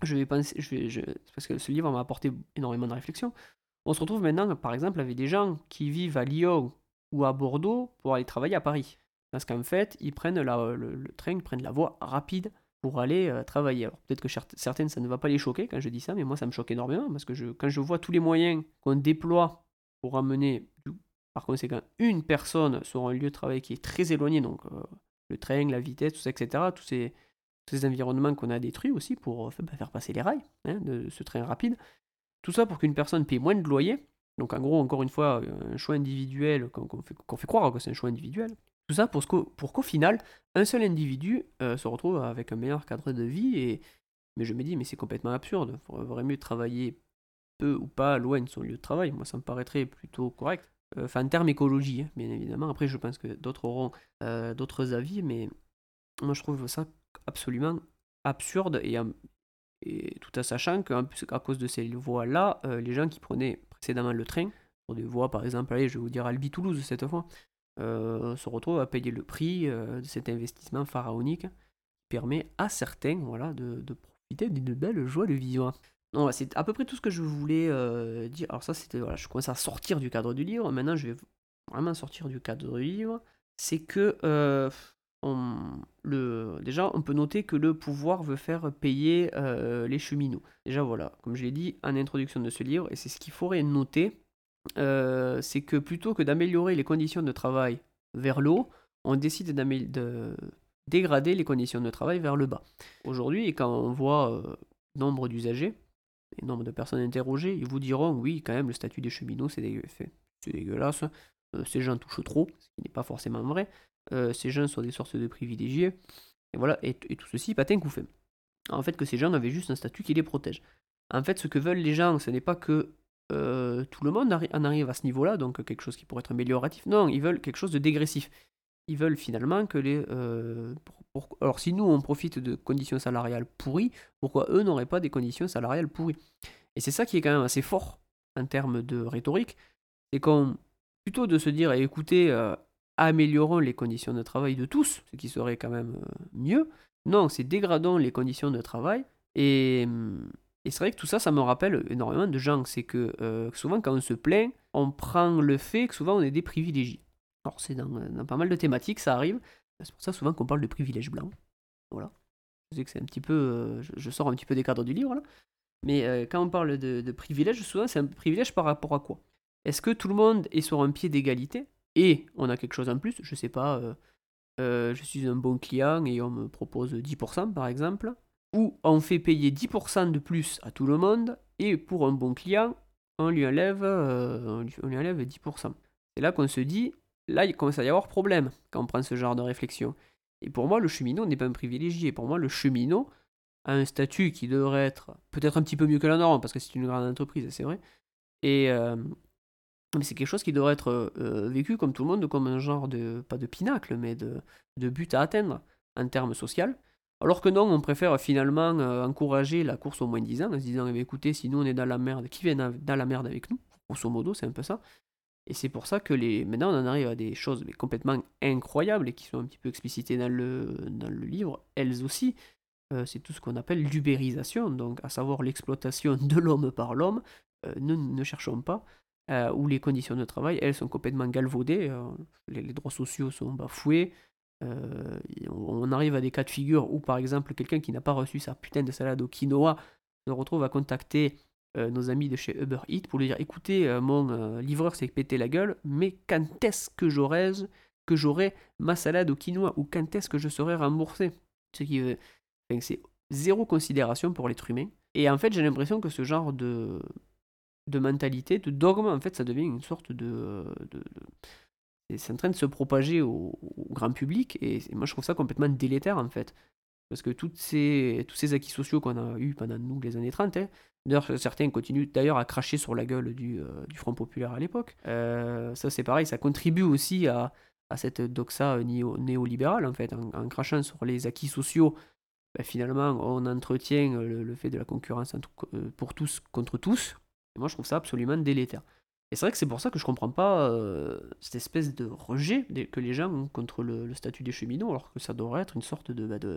Parce que ce livre m'a apporté énormément de réflexion. On se retrouve maintenant, par exemple, avec des gens qui vivent à Lyon ou à Bordeaux pour aller travailler à Paris. Parce qu'en fait, ils prennent le train, ils prennent la voie rapide pour aller travailler. Alors peut-être que certaines, ça ne va pas les choquer quand je dis ça, mais moi, ça me choque énormément, parce que quand je vois tous les moyens qu'on déploie pour amener, par conséquent, une personne sur un lieu de travail qui est très éloigné, donc le train, la vitesse, tout ça, etc., tous ces environnements qu'on a détruits aussi pour faire passer les rails, hein, de ce train rapide. Tout ça pour qu'une personne paye moins de loyer. Donc en gros, encore une fois, un choix individuel, qu'on fait croire que c'est un choix individuel. Tout ça pour qu'au final, un seul individu se retrouve avec un meilleur cadre de vie. Mais je me dis, mais c'est complètement absurde. Il faudrait mieux travailler peu ou pas loin de son lieu de travail. Moi, ça me paraîtrait plutôt correct. En termes écologie, hein, bien évidemment. Après, je pense que d'autres auront d'autres avis, mais moi, je trouve ça absolument absurde et tout en sachant qu'à cause de ces voies-là, les gens qui prenaient précédemment le train, pour des voies par exemple, allez, je vais vous dire Albi-Toulouse cette fois, se retrouvent à payer le prix de cet investissement pharaonique qui permet à certains de profiter d'une belle joie de vivre. Non, c'est à peu près tout ce que je voulais dire. Alors ça, c'était, je commence à sortir du cadre du livre. Maintenant, je vais vraiment sortir du cadre du livre. C'est que déjà, on peut noter que le pouvoir veut faire payer les cheminots. Déjà, voilà, comme je l'ai dit en introduction de ce livre, et c'est ce qu'il faudrait noter, c'est que plutôt que d'améliorer les conditions de travail vers le haut, on décide de dégrader les conditions de travail vers le bas. Aujourd'hui, quand on voit nombre d'usagers et nombre de personnes interrogées, ils vous diront oui, quand même, le statut des cheminots, c'est dégueulasse, ces gens touchent trop, ce qui n'est pas forcément vrai. Ces gens sont des sortes de privilégiés, et voilà, et tout ceci patin coup fait. En fait, que ces gens avaient juste un statut qui les protège. En fait, ce que veulent les gens, ce n'est pas que tout le monde en arrive à ce niveau-là, donc quelque chose qui pourrait être amélioratif. Non, ils veulent quelque chose de dégressif. Ils veulent finalement que les... alors si nous, on profite de conditions salariales pourries, pourquoi eux n'auraient pas des conditions salariales pourries? Et c'est ça qui est quand même assez fort en termes de rhétorique, C'est comme plutôt de se dire, écoutez, améliorons les conditions de travail de tous, ce qui serait quand même mieux. Non, c'est dégradons les conditions de travail. Et c'est vrai que tout ça, ça me rappelle énormément de gens. C'est que souvent, quand on se plaint, on prend le fait que souvent on est des privilégiés. Alors, c'est dans pas mal de thématiques, ça arrive. C'est pour ça souvent qu'on parle de privilèges blancs. Voilà. Je sais que c'est un petit peu. Je sors un petit peu des cadres du livre là. Mais quand on parle de privilèges, souvent c'est un privilège par rapport à quoi? Est-ce que tout le monde est sur un pied d'égalité et on a quelque chose en plus? Je sais pas, je suis un bon client et on me propose 10% par exemple. Ou on fait payer 10% de plus à tout le monde et pour un bon client, on lui enlève 10%. C'est là qu'on se dit, là il commence à y avoir problème quand on prend ce genre de réflexion. Et pour moi, le cheminot n'est pas un privilégié. Pour moi, le cheminot a un statut qui devrait être peut-être un petit peu mieux que la norme, parce que c'est une grande entreprise, c'est vrai. Et mais c'est quelque chose qui devrait être vécu comme tout le monde, comme un genre de, pas de pinacle, mais de but à atteindre en termes social. Alors que non, on préfère finalement encourager la course au moins 10 ans, en se disant, eh bien, écoutez, si nous on est dans la merde, qui vient dans la merde avec nous? Grosso modo, c'est un peu ça. Et c'est pour ça que maintenant on en arrive à des choses mais complètement incroyables et qui sont un petit peu explicitées dans le livre, elles aussi. C'est tout ce qu'on appelle l'ubérisation, donc à savoir l'exploitation de l'homme par l'homme. Ne cherchons pas. Où les conditions de travail, elles, sont complètement galvaudées. Les droits sociaux sont bafoués. On arrive à des cas de figure où, par exemple, quelqu'un qui n'a pas reçu sa putain de salade au quinoa se retrouve à contacter nos amis de chez Uber Eats pour lui dire écoutez, mon livreur s'est pété la gueule, mais quand est-ce que j'aurai ma salade au quinoa ou quand est-ce que je serai remboursé? Ce qui enfin, c'est zéro considération pour l'être humain. Et en fait, j'ai l'impression que ce genre de mentalité, de dogme, en fait, ça devient une sorte c'est en train de se propager au grand public, et moi je trouve ça complètement délétère en fait. Parce que tous ces acquis sociaux qu'on a eu pendant nous les années 30, hein, d'ailleurs certains continuent d'ailleurs à cracher sur la gueule du Front Populaire à l'époque, ça c'est pareil, ça contribue aussi à cette doxa néolibérale en fait, en crachant sur les acquis sociaux. Ben, finalement on entretient le fait de la concurrence pour tous contre tous. Et moi je trouve ça absolument délétère. Et c'est vrai que c'est pour ça que je comprends pas cette espèce de rejet que les gens ont contre le statut des cheminots, alors que ça devrait être une sorte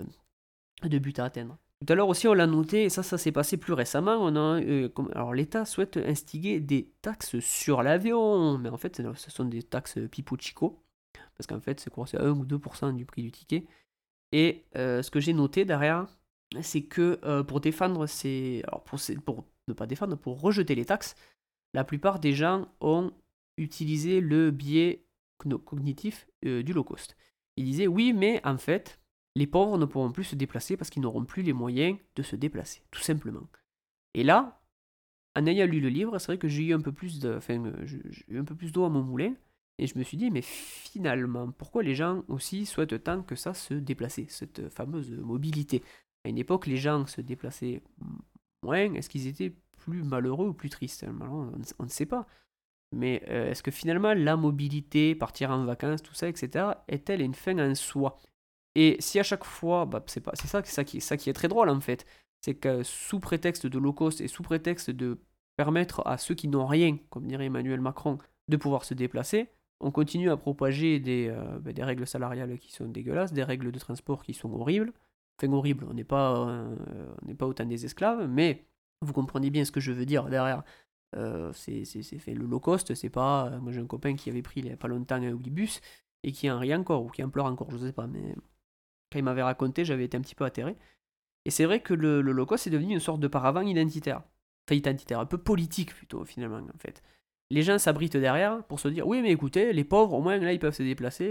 de but à atteindre. Tout à l'heure aussi, on l'a noté, et ça s'est passé plus récemment. Alors, l'État souhaite instiguer des taxes sur l'avion, mais en fait, ce sont des taxes pipo chico, parce qu'en fait, c'est quoi? C'est 1 ou 2% du prix du ticket. Et ce que j'ai noté derrière, c'est que pour défendre alors pour ne pas défendre, pour rejeter les taxes, la plupart des gens ont utilisé le biais cognitif du low cost. Ils disaient oui, mais en fait, les pauvres ne pourront plus se déplacer parce qu'ils n'auront plus les moyens de se déplacer, tout simplement. Et là, en ayant lu le livre, c'est vrai que j'ai eu un peu plus j'ai eu un peu plus d'eau à mon moulin, et je me suis dit, mais finalement, pourquoi les gens aussi souhaitent tant que ça se déplacer, cette fameuse mobilité? À une époque, les gens se déplaçaient moins, est-ce qu'ils étaient plus malheureux ou plus tristes? Alors, on ne sait pas. Mais est-ce que finalement la mobilité, partir en vacances, tout ça, etc., est-elle une fin en soi? Et si à chaque fois, bah, c'est ça qui est très drôle en fait, c'est que sous prétexte de low cost et sous prétexte de permettre à ceux qui n'ont rien, comme dirait Emmanuel Macron, de pouvoir se déplacer, on continue à propager des règles salariales qui sont dégueulasses, des règles de transport qui sont horribles. Enfin horribles, on n'est pas autant des esclaves, mais vous comprenez bien ce que je veux dire derrière. C'est fait le low cost, c'est pas. Moi j'ai un copain qui avait pris il y a pas longtemps un Ouibus et qui en rit encore, ou qui en pleure encore, je sais pas, mais quand il m'avait raconté, j'avais été un petit peu atterré. Et c'est vrai que le low cost est devenu une sorte de paravent identitaire. Enfin, identitaire, un peu politique plutôt, finalement, en fait. Les gens s'abritent derrière pour se dire oui, mais écoutez, les pauvres, au moins là, ils peuvent se déplacer,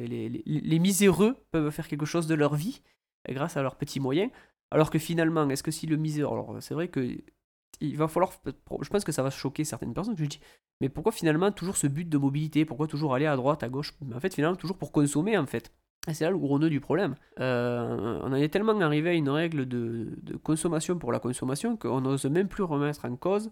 les miséreux peuvent faire quelque chose de leur vie grâce à leurs petits moyens. Alors que finalement, est-ce que si le miséreux. Alors, c'est vrai que il va falloir. Je pense que ça va choquer certaines personnes. Que je dis, mais pourquoi finalement toujours ce but de mobilité? Pourquoi toujours aller à droite, à gauche? Mais en fait, finalement, toujours pour consommer, en fait. Et c'est là le gros nœud du problème. On en est tellement arrivé à une règle de consommation pour la consommation qu'on n'ose même plus remettre en cause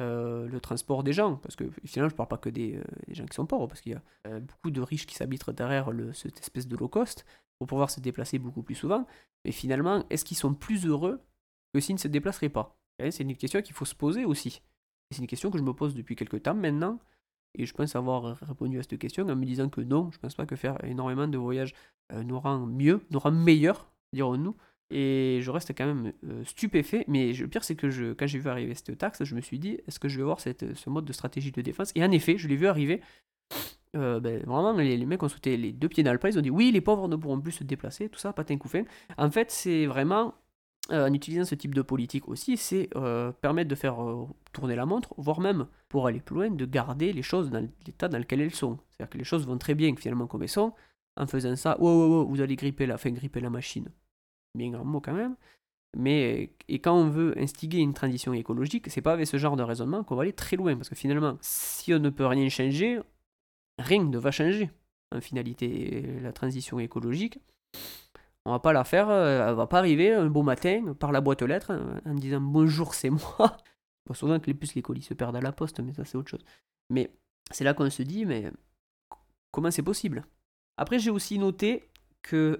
le transport des gens. Parce que finalement, je ne parle pas que des gens qui sont pauvres, parce qu'il y a beaucoup de riches qui s'habitent derrière cette espèce de low cost pour pouvoir se déplacer beaucoup plus souvent. Mais finalement, est-ce qu'ils sont plus heureux que s'ils ne se déplaceraient pas? Et c'est une question qu'il faut se poser aussi. Et c'est une question que je me pose depuis quelques temps maintenant. Et je pense avoir répondu à cette question en me disant que non, je pense pas que faire énormément de voyages nous rend mieux, nous rend meilleur, dirons-nous. Et je reste quand même stupéfait. Mais le pire, c'est que quand j'ai vu arriver cette taxe, je me suis dit, est-ce que je vais voir ce mode de stratégie de défense? Et en effet, je l'ai vu arriver. Vraiment, les mecs ont sauté les deux pieds dans le plat. Ils ont dit, oui, les pauvres ne pourront plus se déplacer, tout ça, patin couffin. En fait, c'est vraiment, en utilisant ce type de politique aussi, c'est permettre de faire tourner la montre, voire même, pour aller plus loin, de garder les choses dans l'état dans lequel elles sont. C'est-à-dire que les choses vont très bien finalement comme elles sont. En faisant ça, vous allez gripper la machine. Bien grand mot quand même. Mais et quand on veut instiguer une transition écologique, c'est pas avec ce genre de raisonnement qu'on va aller très loin. Parce que finalement, si on ne peut rien changer, rien ne va changer. En finalité, la transition écologique, on va pas la faire, elle va pas arriver un beau matin par la boîte aux lettres en disant bonjour, c'est moi. Bon, souvent que les colis se perdent à la poste, mais ça c'est autre chose. Mais c'est là qu'on se dit, mais comment c'est possible? Après, j'ai aussi noté que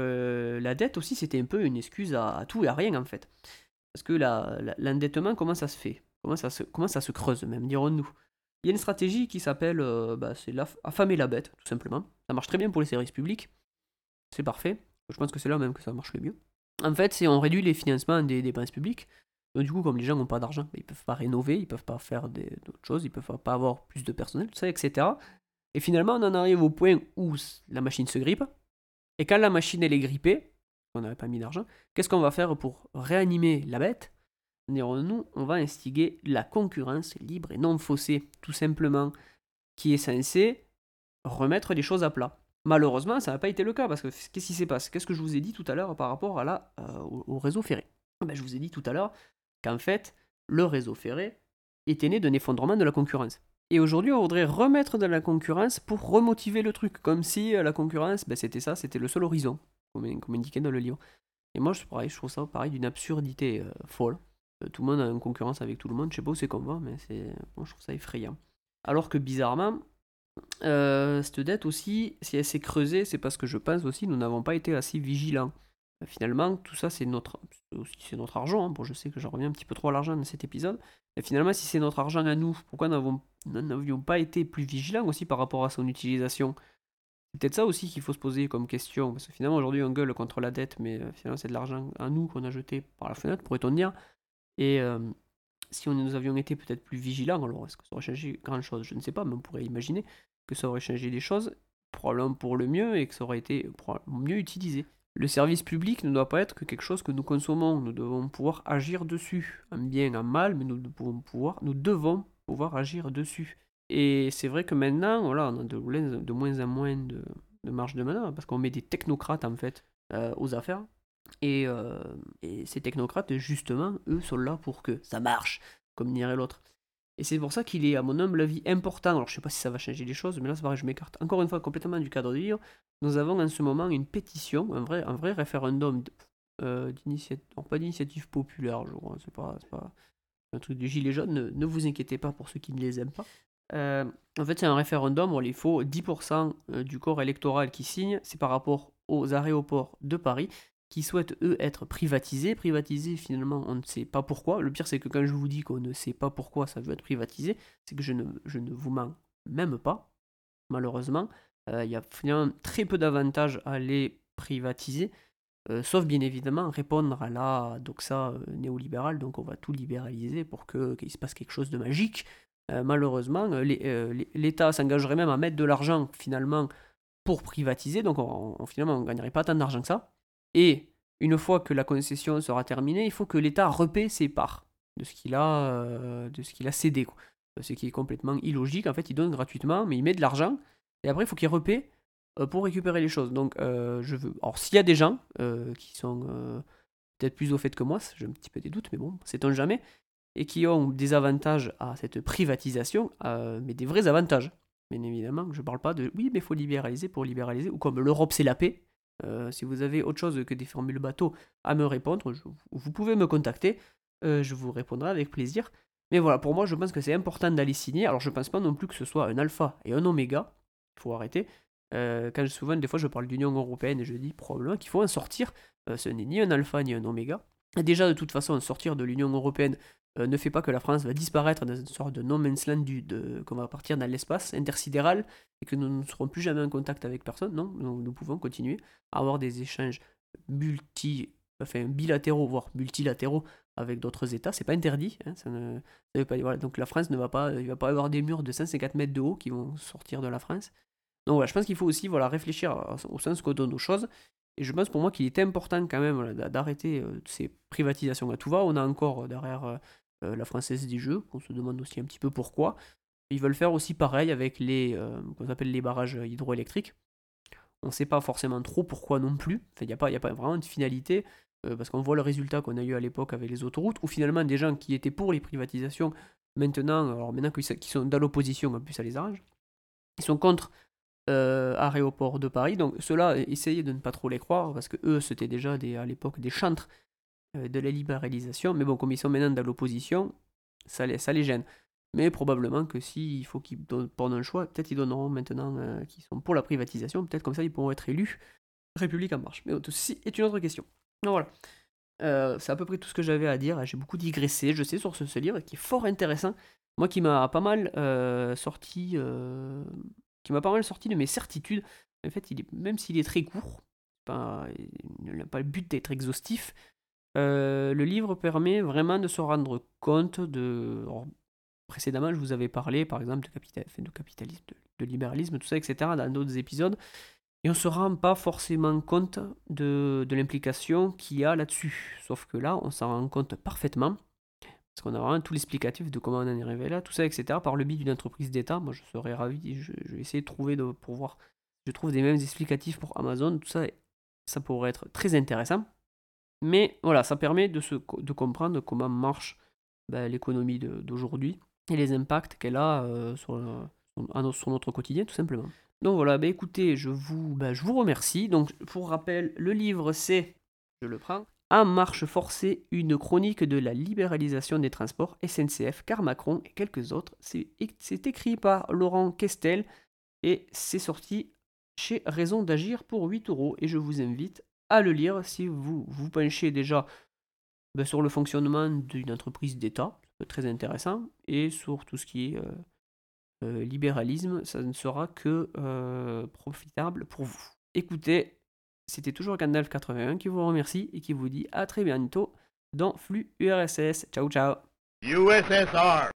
la dette aussi, c'était un peu une excuse à tout et à rien en fait. Parce que l'endettement, comment ça se fait? Comment ça se creuse même, dirons-nous? Il y a une stratégie qui s'appelle c'est affamer la bête, tout simplement. Ça marche très bien pour les services publics. C'est parfait. Je pense que c'est là même que ça marche le mieux. En fait, c'est on réduit les financements des dépenses publiques. Donc du coup, comme les gens n'ont pas d'argent, ils peuvent pas rénover, ils peuvent pas faire d'autres choses, ils peuvent pas avoir plus de personnel, tout ça, etc. Et finalement, on en arrive au point où la machine se grippe. Et quand la machine elle est grippée, on n'avait pas mis d'argent, qu'est-ce qu'on va faire pour réanimer la bête? Nous, on va instiguer la concurrence libre et non faussée, tout simplement, qui est censée remettre les choses à plat. Malheureusement, ça n'a pas été le cas, parce que qu'est-ce qui s'est passé? Qu'est-ce que je vous ai dit tout à l'heure par rapport à au réseau ferré? Je vous ai dit tout à l'heure qu'en fait, le réseau ferré était né d'un effondrement de la concurrence. Et aujourd'hui, on voudrait remettre de la concurrence pour remotiver le truc, comme si la concurrence, c'était ça, c'était le seul horizon, comme indiqué dans le livre. Et moi, je trouve ça pareil d'une absurdité folle. Tout le monde a une concurrence avec tout le monde, je sais pas où c'est qu'on va, mais je trouve ça effrayant. Alors que bizarrement, cette dette aussi, si elle s'est creusée, c'est parce que je pense aussi nous n'avons pas été assez vigilants. Finalement, tout ça, c'est notre argent. Hein. Bon, je sais que j'en reviens un petit peu trop à l'argent dans cet épisode. Et finalement, si c'est notre argent à nous, pourquoi n'avions pas été plus vigilants aussi par rapport à son utilisation? C'est peut-être ça aussi qu'il faut se poser comme question. Parce que finalement, aujourd'hui, on gueule contre la dette, mais finalement, c'est de l'argent à nous qu'on a jeté par la fenêtre, pourrait-on dire. Et si nous avions été peut-être plus vigilants, alors est-ce que ça aurait changé grand-chose? Je ne sais pas, mais on pourrait imaginer que ça aurait changé des choses, probablement pour le mieux, et que ça aurait été mieux utilisé. Le service public ne doit pas être que quelque chose que nous consommons. Nous devons pouvoir agir dessus, en bien, en mal, mais nous devons pouvoir agir dessus. Et c'est vrai que maintenant, voilà, on a de moins en moins de marge de manœuvre, parce qu'on met des technocrates en fait aux affaires. Et ces technocrates, justement, eux sont là pour que ça marche, comme dirait l'autre. Et c'est pour ça qu'il est, à mon humble avis, important. Alors, je sais pas si ça va changer les choses, mais là, c'est pareil, je m'écarte encore une fois complètement du cadre du livre. Nous avons en ce moment une pétition, un vrai référendum, pas d'initiative populaire, je crois. C'est pas un truc de gilet jaune. Ne vous inquiétez pas pour ceux qui ne les aiment pas. En fait, c'est un référendum où il faut 10% du corps électoral qui signe. C'est par rapport aux aéroports de Paris qui souhaitent, eux, être privatisés. Privatisés, finalement, on ne sait pas pourquoi. Le pire, c'est que quand je vous dis qu'on ne sait pas pourquoi ça veut être privatisé, c'est que je ne vous mens même pas, malheureusement. Il y a finalement très peu d'avantages à les privatiser, sauf bien évidemment répondre à la doxa néolibérale, donc on va tout libéraliser pour qu'il se passe quelque chose de magique. Malheureusement, l'État s'engagerait même à mettre de l'argent, finalement, pour privatiser, donc finalement on ne gagnerait pas tant d'argent que ça. Et une fois que la concession sera terminée, il faut que l'État repaie ses parts de ce qu'il a cédé. Quoi. Ce qui est complètement illogique. En fait, il donne gratuitement, mais il met de l'argent, et après, il faut qu'il repaie pour récupérer les choses. Donc, Alors, s'il y a des gens qui sont peut-être plus au fait que moi, j'ai un petit peu des doutes, mais bon, sait-on jamais, et qui ont des avantages à cette privatisation, mais des vrais avantages. Bien évidemment, je ne parle pas de oui, mais il faut libéraliser pour libéraliser, ou comme l'Europe c'est la paix. Si vous avez autre chose que des formules bateau à me répondre, vous pouvez me contacter, je vous répondrai avec plaisir. Mais voilà, pour moi, je pense que c'est important d'aller signer. Alors, je ne pense pas non plus que ce soit un alpha et un oméga. Il faut arrêter. Souvent, des fois, je parle d'Union Européenne et je dis probablement qu'il faut en sortir. Ce n'est ni un alpha ni un oméga. Et déjà, de toute façon, sortir de l'Union Européenne, ne fait pas que la France va disparaître dans une sorte de no man's land qu'on va partir dans l'espace intersidéral et que nous ne serons plus jamais en contact avec personne. Non, nous pouvons continuer à avoir des échanges bilatéraux, voire multilatéraux avec d'autres États. C'est pas interdit. Hein, ça veut pas, voilà, donc la France il va pas avoir des murs de 150 mètres de haut qui vont sortir de la France. Donc voilà, je pense qu'il faut aussi réfléchir au sens qu'on donne aux choses. Et je pense pour moi qu'il est important quand même d'arrêter ces privatisations à tout va. On a encore derrière la Française des Jeux, on se demande aussi un petit peu pourquoi. Ils veulent faire aussi pareil avec qu'on appelle les barrages hydroélectriques. On ne sait pas forcément trop pourquoi non plus. Enfin, il n'y a pas vraiment de finalité, parce qu'on voit le résultat qu'on a eu à l'époque avec les autoroutes, où finalement des gens qui étaient pour les privatisations, maintenant qu'ils sont dans l'opposition, en plus ça les arrange, ils sont contre aéroport de Paris. Donc ceux-là, essayez de ne pas trop les croire, parce que eux, c'était déjà à l'époque des chantres de la libéralisation. Mais bon, comme ils sont maintenant dans l'opposition, ça les gêne. Mais probablement que s'il faut qu'ils prennent un choix, peut-être ils donneront maintenant qu'ils sont pour la privatisation, peut-être comme ça ils pourront être élus République en marche. Mais ceci est une autre question. Donc voilà. C'est à peu près tout ce que j'avais à dire. J'ai beaucoup digressé, je sais, sur ce livre qui est fort intéressant. Moi qui m'a pas mal sorti de mes certitudes. En fait, même s'il est très court, il n'a pas le but d'être exhaustif. Le livre permet vraiment de se rendre compte de. Alors, précédemment, je vous avais parlé, par exemple, de capitalisme, de libéralisme, tout ça, etc., dans d'autres épisodes. Et on ne se rend pas forcément compte de l'implication qu'il y a là-dessus. Sauf que là, on s'en rend compte parfaitement. Parce qu'on a vraiment tout l'explicatif de comment on en est arrivé là, tout ça, etc. Par le biais d'une entreprise d'État. Moi, je serais ravi. Je vais essayer de trouver pour voir. Je trouve des mêmes explicatifs pour Amazon. Tout ça, ça pourrait être très intéressant. Mais voilà, ça permet de comprendre comment marche l'économie d'aujourd'hui et les impacts qu'elle a sur notre quotidien, tout simplement. Donc voilà, écoutez, je vous remercie. Donc pour rappel, le livre c'est, je le prends, En marche forcée, une chronique de la libéralisation des transports SNCF, car Macron et quelques autres. C'est écrit par Laurent Questel et c'est sorti chez Raison d'Agir pour 8 € et je vous invite à le lire si vous vous penchez déjà sur le fonctionnement d'une entreprise d'État, c'est très intéressant, et sur tout ce qui est libéralisme, ça ne sera que profitable pour vous. Écoutez, c'était toujours Gandalf81 qui vous remercie et qui vous dit à très bientôt dans Flux URSS. Ciao ciao. USSR